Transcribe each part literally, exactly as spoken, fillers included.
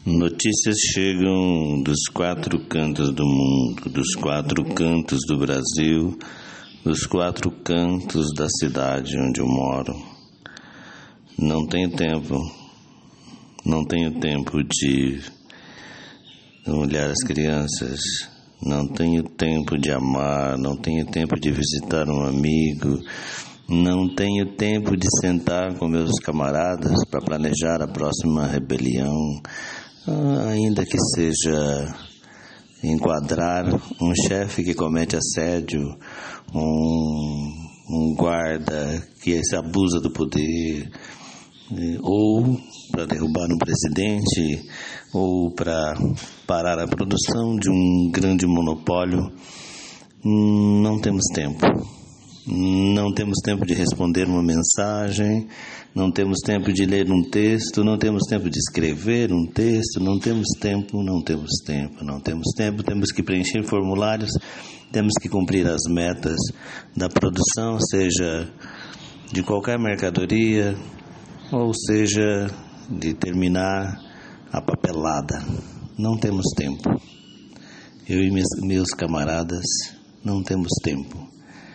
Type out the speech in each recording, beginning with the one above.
Notícias chegam dos quatro cantos do mundo, dos quatro cantos do Brasil, dos quatro cantos da cidade onde eu moro. Não tenho tempo, não tenho tempo de olhar as crianças, não tenho tempo de amar, não tenho tempo de visitar um amigo, não tenho tempo de sentar com meus camaradas para planejar a próxima rebelião. Ah, ainda que seja enquadrar um chefe que comete assédio, um, um guarda que se abusa do poder, ou para derrubar um presidente, ou para parar a produção de um grande monopólio. Não temos tempo. Não temos tempo de responder uma mensagem, não temos tempo de ler um texto, não temos tempo de escrever um texto, não temos tempo, não temos tempo, não temos tempo, temos que preencher formulários, temos que cumprir as metas da produção, seja de qualquer mercadoria, ou seja, de terminar a papelada. Não temos tempo. Eu e meus, meus camaradas não temos tempo.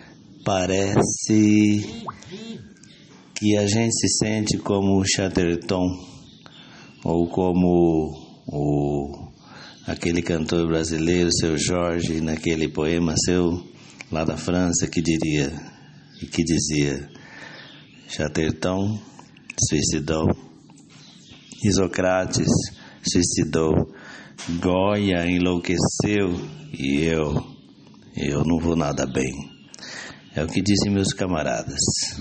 Parece que a gente se sente como o Chatterton, ou como o, aquele cantor brasileiro, Seu Jorge, naquele poema seu, lá da França, que diria, que dizia: Chatterton suicidou, Isocrates suicidou, Goya enlouqueceu e eu, eu não vou nada bem. É o que dizem meus camaradas.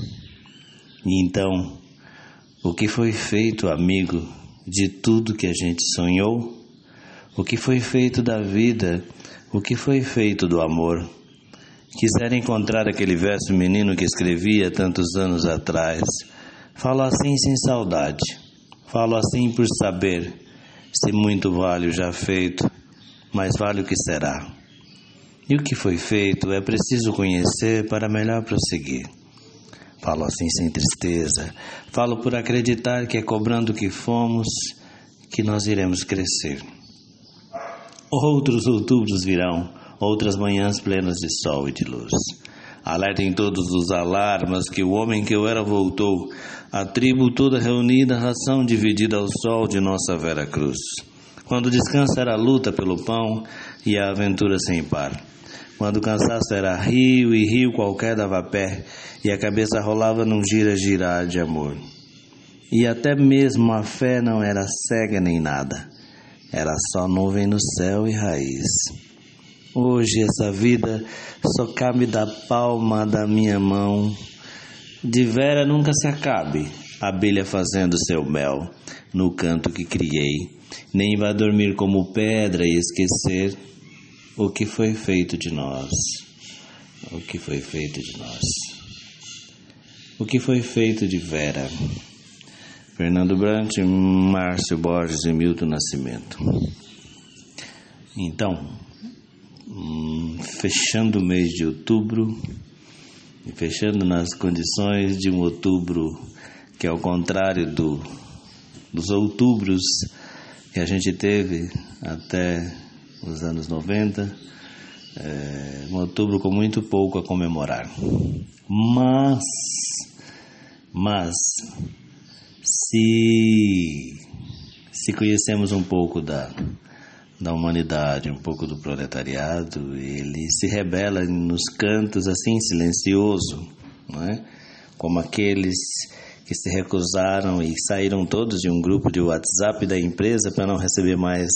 E então, o que foi feito, amigo, de tudo que a gente sonhou? O que foi feito da vida? O que foi feito do amor? Quiser encontrar aquele verso menino que escrevia tantos anos atrás. Falo assim sem saudade. Falo assim por saber. Se muito vale o já feito, mais vale o que será. E o que foi feito é preciso conhecer para melhor prosseguir. Falo assim sem tristeza, falo por acreditar que é cobrando o que fomos que nós iremos crescer. Outros outubros virão, outras manhãs plenas de sol e de luz. Alertem todos os alarmas que o homem que eu era voltou, a tribo toda reunida, a ração dividida ao sol de nossa Vera Cruz. Quando o descanso era a luta pelo pão e a aventura sem par. Quando o cansaço era rio e rio qualquer dava pé, e a cabeça rolava num gira-girar de amor. E até mesmo a fé não era cega nem nada, era só nuvem no céu e raiz. Hoje essa vida só cabe da palma da minha mão. De vera nunca se acabe, a abelha fazendo seu mel no canto que criei, nem vai dormir como pedra e esquecer o que foi feito de nós, o que foi feito de nós, o que foi feito de Vera. Fernando Brant, Márcio Borges e Milton Nascimento. Então, hum, fechando o mês de outubro, e fechando nas condições de um outubro que, ao contrário do, dos outubros que a gente teve até os anos noventa, é, um outubro com muito pouco a comemorar. Mas, mas, se, se conhecemos um pouco da, da humanidade, um pouco do proletariado, ele se rebela nos cantos assim, silencioso, não é? Como aqueles que se recusaram e saíram todos de um grupo de WhatsApp da empresa para não receber mais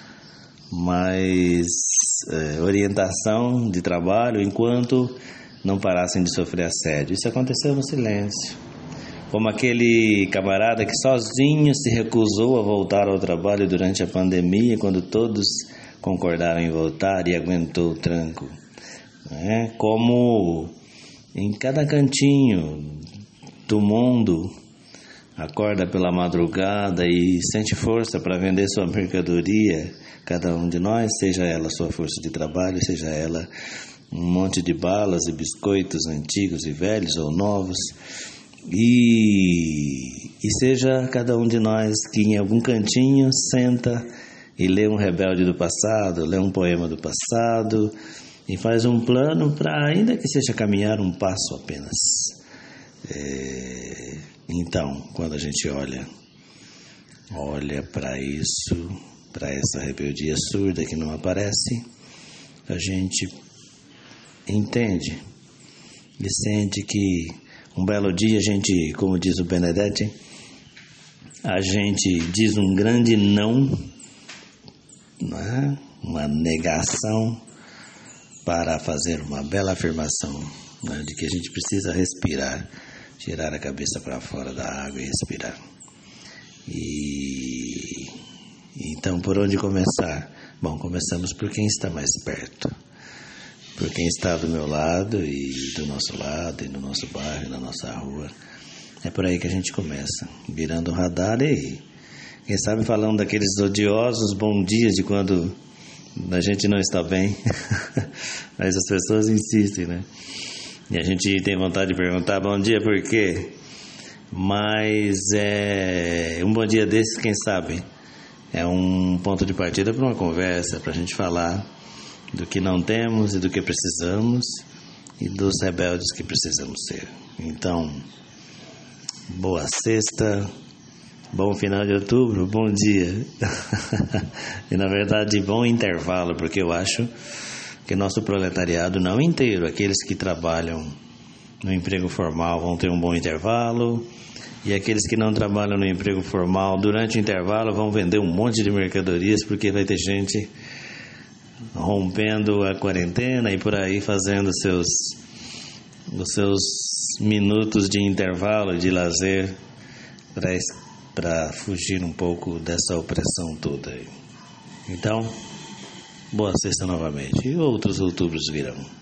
mais é, orientação de trabalho enquanto não parassem de sofrer assédio. Isso aconteceu no silêncio. Como aquele camarada que sozinho se recusou a voltar ao trabalho durante a pandemia, quando todos concordaram em voltar, e aguentou o tranco. É, como em cada cantinho do mundo acorda pela madrugada e sente força para vender sua mercadoria. Cada um de nós, seja ela sua força de trabalho, seja ela um monte de balas e biscoitos antigos e velhos ou novos, E, e seja cada um de nós que em algum cantinho senta e lê um rebelde do passado, lê um poema do passado e faz um plano para, ainda que seja caminhar um passo apenas. É, então, quando a gente olha, olha para isso, para essa rebeldia surda que não aparece, a gente entende e sente que um belo dia a gente, como diz o Benedetti, a gente diz um grande não, né? Uma negação para fazer uma bela afirmação, né? De que a gente precisa respirar, tirar a cabeça para fora da água e respirar. E então, por onde começar? Bom, começamos por quem está mais perto, por quem está do meu lado e do nosso lado e no nosso bairro, na nossa rua. É por aí que a gente começa, virando um radar e, quem sabe, falando daqueles odiosos bom dias de quando a gente não está bem. Mas as pessoas insistem, né? E a gente tem vontade de perguntar bom dia por quê? Mas é um bom dia desses, quem sabe, é um ponto de partida para uma conversa, para a gente falar do que não temos e do que precisamos e dos rebeldes que precisamos ser. Então, boa sexta, bom final de outubro, bom dia. E na verdade, bom intervalo, porque eu acho que nosso proletariado, não inteiro, aqueles que trabalham no emprego formal vão ter um bom intervalo, e aqueles que não trabalham no emprego formal, durante o intervalo, vão vender um monte de mercadorias, porque vai ter gente rompendo a quarentena e por aí fazendo seus, os seus minutos de intervalo, de lazer, para fugir um pouco dessa opressão toda aí. Então, boa sexta novamente, e outros outubros virão.